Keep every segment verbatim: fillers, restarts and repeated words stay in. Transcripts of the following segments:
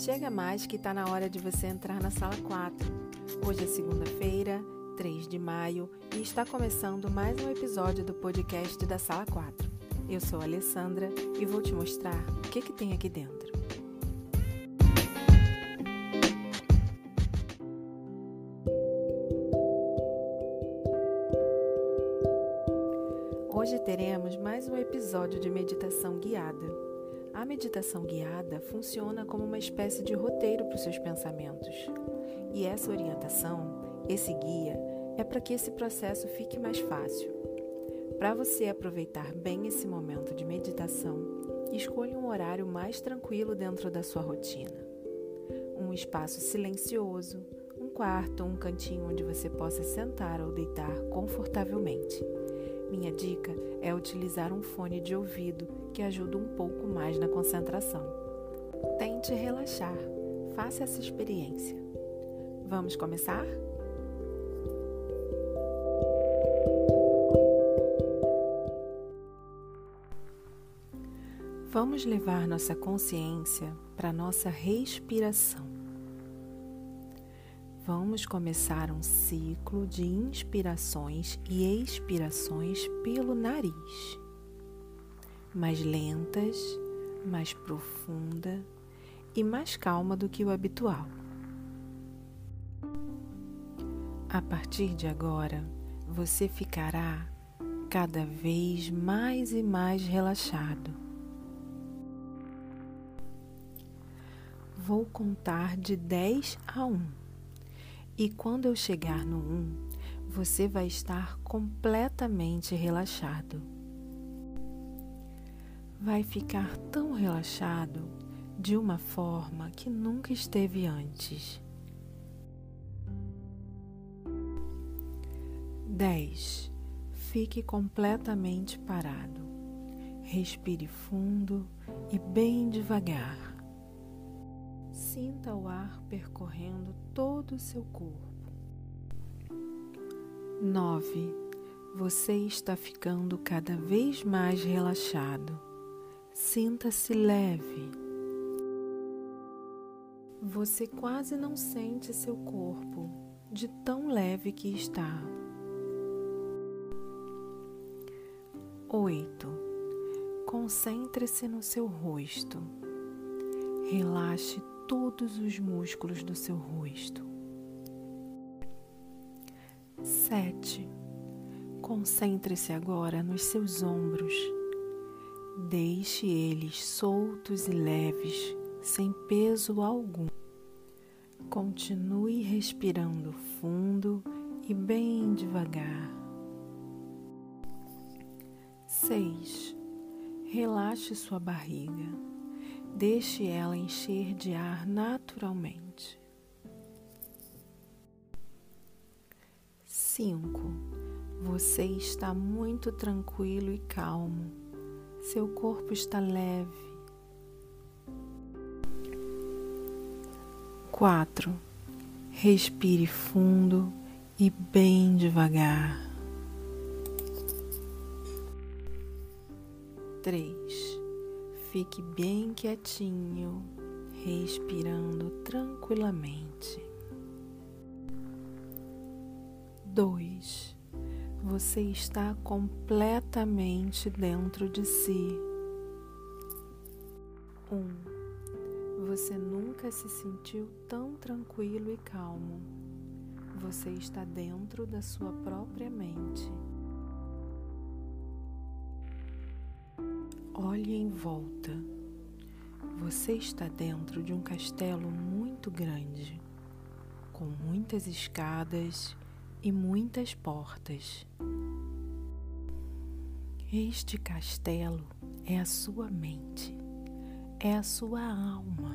Chega mais que está na hora de você entrar na sala quatro. Hoje é segunda-feira, três de maio, e está começando mais um episódio do podcast da Sala quatro. Eu sou a Alessandra e vou te mostrar o que, que tem aqui dentro. Hoje teremos mais um episódio de meditação guiada. A meditação guiada funciona como uma espécie de roteiro para os seus pensamentos. E essa orientação, esse guia, é para que esse processo fique mais fácil. Para você aproveitar bem esse momento de meditação, escolha um horário mais tranquilo dentro da sua rotina. Um espaço silencioso, um quarto, um cantinho onde você possa sentar ou deitar confortavelmente. Minha dica é utilizar um fone de ouvido que ajuda um pouco mais na concentração. Tente relaxar, faça essa experiência. Vamos começar? Vamos levar nossa consciência para a nossa respiração. Vamos começar um ciclo de inspirações e expirações pelo nariz, mais lentas, mais profunda e mais calma do que o habitual. A partir de agora, você ficará cada vez mais e mais relaxado. Vou contar de dez a um. E quando eu chegar no um, você vai estar completamente relaxado. Vai ficar tão relaxado de uma forma que nunca esteve antes. dez. Fique completamente parado. Respire fundo e bem devagar. Sinta o ar percorrendo todo o seu corpo. nove. Você está ficando cada vez mais relaxado. Sinta-se leve. Você quase não sente seu corpo, de tão leve que está. oito. Concentre-se no seu rosto. Relaxe todos os músculos do seu rosto. sete. Concentre-se agora nos seus ombros. Deixe eles soltos e leves, sem peso algum. Continue respirando fundo e bem devagar. seis. Relaxe sua barriga. Deixe ela encher de ar naturalmente. cinco. Você está muito tranquilo e calmo. Seu corpo está leve. quatro. Respire fundo e bem devagar. três. Fique bem quietinho, respirando tranquilamente. dois. Você está completamente dentro de si. um. Você nunca se sentiu tão tranquilo e calmo. Você está dentro da sua própria mente. Olhe em volta. Você está dentro de um castelo muito grande, com muitas escadas e muitas portas. Este castelo é a sua mente, é a sua alma.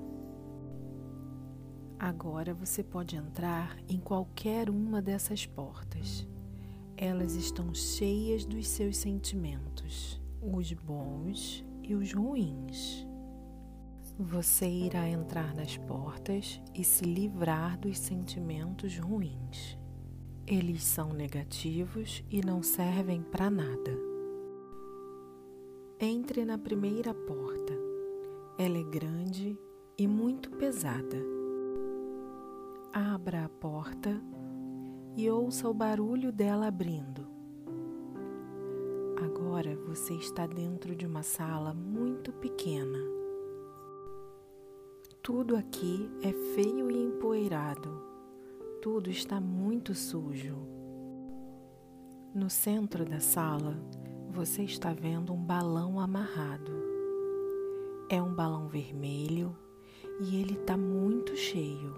Agora você pode entrar em qualquer uma dessas portas. Elas estão cheias dos seus sentimentos, os bons e os ruins. Você irá entrar nas portas e se livrar dos sentimentos ruins. Eles são negativos e não servem para nada. Entre na primeira porta. Ela é grande e muito pesada. Abra a porta e ouça o barulho dela abrindo. Agora você está dentro de uma sala muito pequena. Tudo aqui é feio e empoeirado. Tudo está muito sujo. No centro da sala, você está vendo um balão amarrado. É um balão vermelho e ele está muito cheio.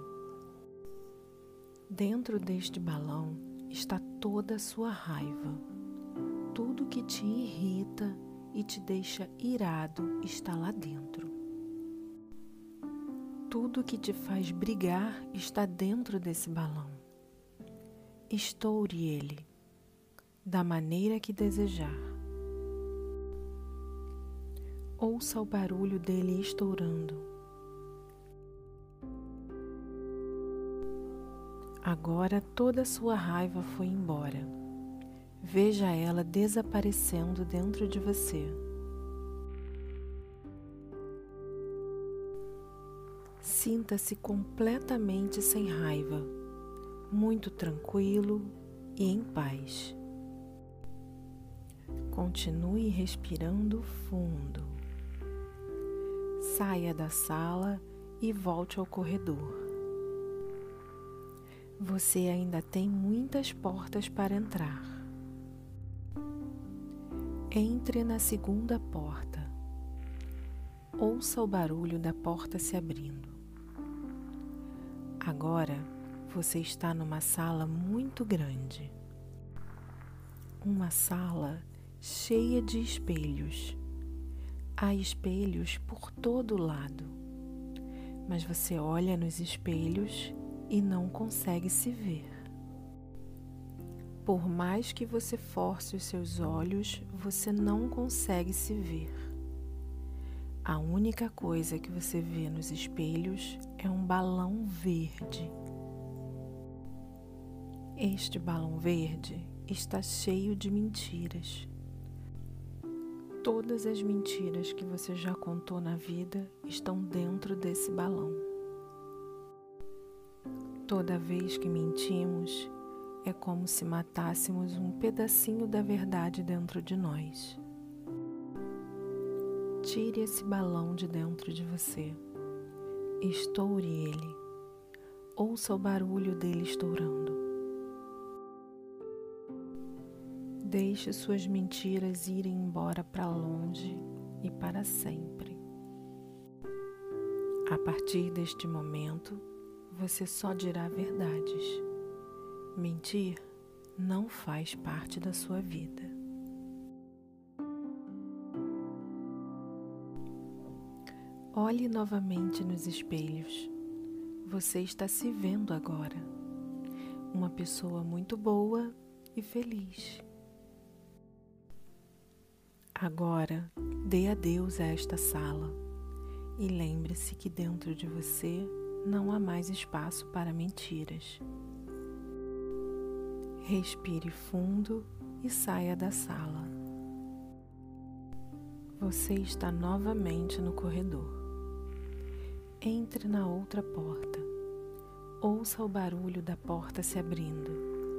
Dentro deste balão está toda a sua raiva. Tudo que te irrita e te deixa irado está lá dentro. Tudo que te faz brigar está dentro desse balão. Estoure ele, da maneira que desejar. Ouça o barulho dele estourando. Agora toda a sua raiva foi embora. Veja ela desaparecendo dentro de você. Sinta-se completamente sem raiva, muito tranquilo e em paz. Continue respirando fundo. Saia da sala e volte ao corredor. Você ainda tem muitas portas para entrar. Entre na segunda porta. Ouça o barulho da porta se abrindo. Agora você está numa sala muito grande. Uma sala cheia de espelhos. Há espelhos por todo lado, mas você olha nos espelhos e não consegue se ver. Por mais que você force os seus olhos, você não consegue se ver. A única coisa que você vê nos espelhos é um balão verde. Este balão verde está cheio de mentiras. Todas as mentiras que você já contou na vida estão dentro desse balão. Toda vez que mentimos, é como se matássemos um pedacinho da verdade dentro de nós. Tire esse balão de dentro de você. Estoure ele. Ouça o barulho dele estourando. Deixe suas mentiras irem embora para longe e para sempre. A partir deste momento, você só dirá verdades. Mentir não faz parte da sua vida. Olhe novamente nos espelhos. Você está se vendo agora. Uma pessoa muito boa e feliz. Agora, dê adeus a esta sala e lembre-se que dentro de você não há mais espaço para mentiras. Respire fundo e saia da sala. Você está novamente no corredor. Entre na outra porta. Ouça o barulho da porta se abrindo.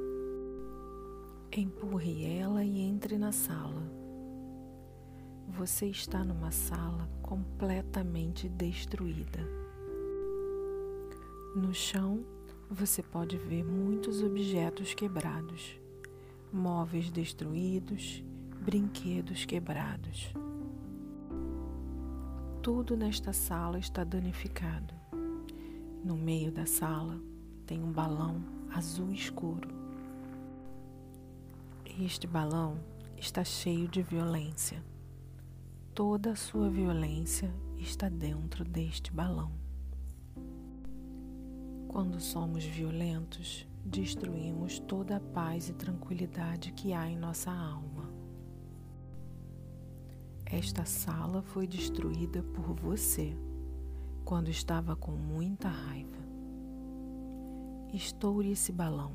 Empurre ela e entre na sala. Você está numa sala completamente destruída. No chão, você pode ver muitos objetos quebrados, móveis destruídos, brinquedos quebrados. Tudo nesta sala está danificado. No meio da sala tem um balão azul escuro. Este balão está cheio de violência. Toda a sua violência está dentro deste balão. Quando somos violentos, destruímos toda a paz e tranquilidade que há em nossa alma. Esta sala foi destruída por você quando estava com muita raiva. Estoure esse balão.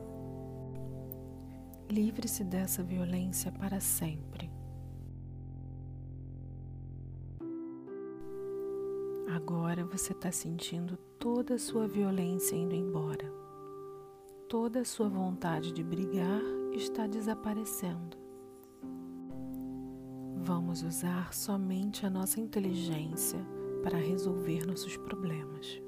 Livre-se dessa violência para sempre. Agora você está sentindo toda a sua violência indo embora. Toda a sua vontade de brigar está desaparecendo. Vamos usar somente a nossa inteligência para resolver nossos problemas.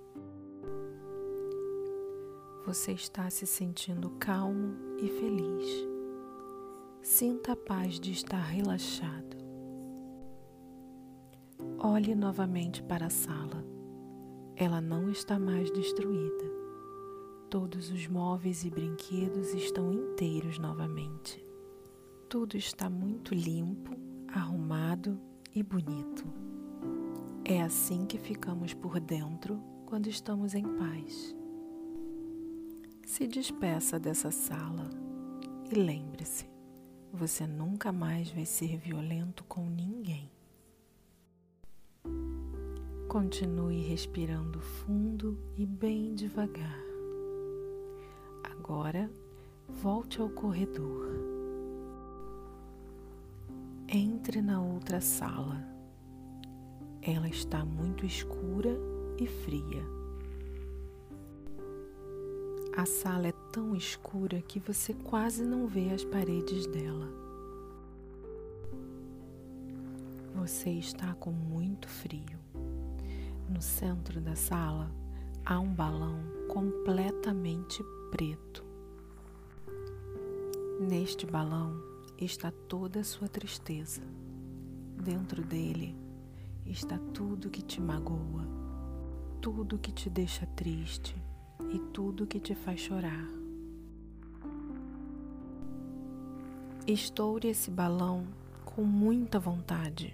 Você está se sentindo calmo e feliz. Sinta a paz de estar relaxado. Olhe novamente para a sala. Ela não está mais destruída. Todos os móveis e brinquedos estão inteiros novamente. Tudo está muito limpo, arrumado e bonito. É assim que ficamos por dentro quando estamos em paz. Se despeça dessa sala e lembre-se, você nunca mais vai ser violento com ninguém. Continue respirando fundo e bem devagar. Agora, volte ao corredor. Entre na outra sala. Ela está muito escura e fria. A sala é tão escura que você quase não vê as paredes dela. Você está com muito frio. No centro da sala há um balão completamente preto. Neste balão está toda a sua tristeza. Dentro dele está tudo que te magoa, tudo que te deixa triste e tudo que te faz chorar. Estoure esse balão com muita vontade.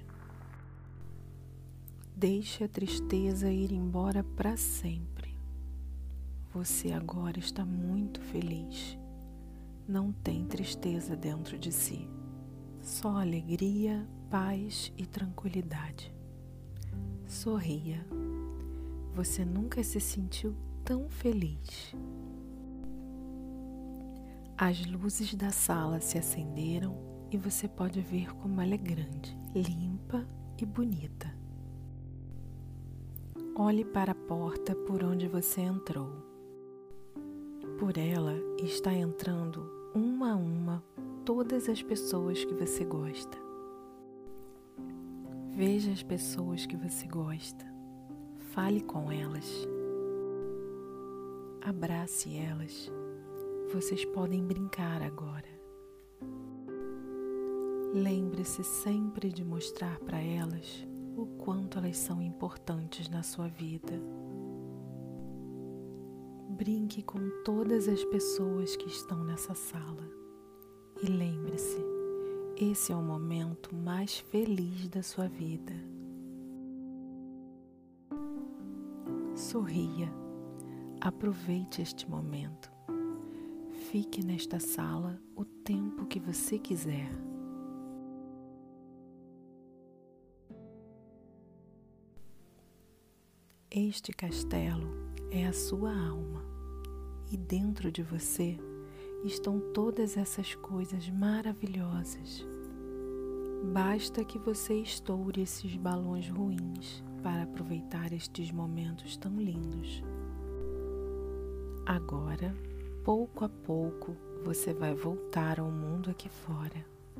Deixe a tristeza ir embora para sempre. Você agora está muito feliz. Não tem tristeza dentro de si. Só alegria, paz e tranquilidade. Sorria. Você nunca se sentiu tão feliz. As luzes da sala se acenderam e você pode ver como ela é grande, limpa e bonita. Olhe para a porta por onde você entrou. Por ela está entrando uma a uma todas as pessoas que você gosta. Veja as pessoas que você gosta. Fale com elas. Abrace elas. Vocês podem brincar agora. Lembre-se sempre de mostrar para elas o quanto elas são importantes na sua vida. Brinque com todas as pessoas que estão nessa sala. E lembre-se, esse é o momento mais feliz da sua vida. Sorria. Aproveite este momento. Fique nesta sala o tempo que você quiser. Este castelo é a sua alma e dentro de você estão todas essas coisas maravilhosas. Basta que você estoure esses balões ruins para aproveitar estes momentos tão lindos. Agora, pouco a pouco, você vai voltar ao mundo aqui fora.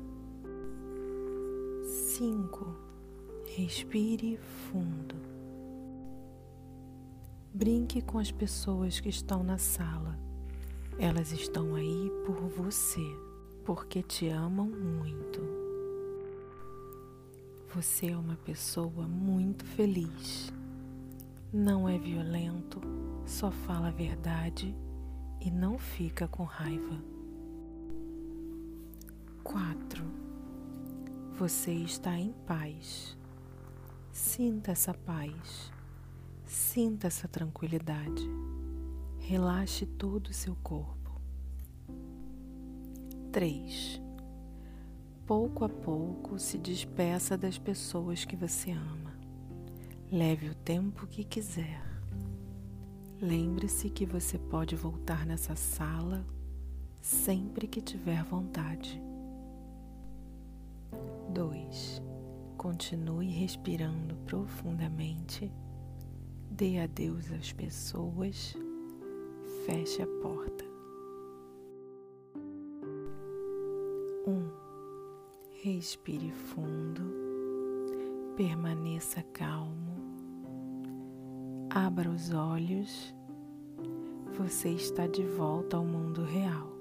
cinco. Respire fundo. Brinque com as pessoas que estão na sala. Elas estão aí por você, porque te amam muito. Você é uma pessoa muito feliz. Não é violento, só fala a verdade e não fica com raiva. quatro. Você está em paz. Sinta essa paz. Sinta essa tranquilidade. Relaxe todo o seu corpo. três. Pouco a pouco se despeça das pessoas que você ama. Leve o tempo que quiser. Lembre-se que você pode voltar nessa sala sempre que tiver vontade. dois. Continue respirando profundamente Dê adeus às pessoas, feche a porta. Um. Respire fundo, permaneça calmo, abra os olhos, você está de volta ao mundo real.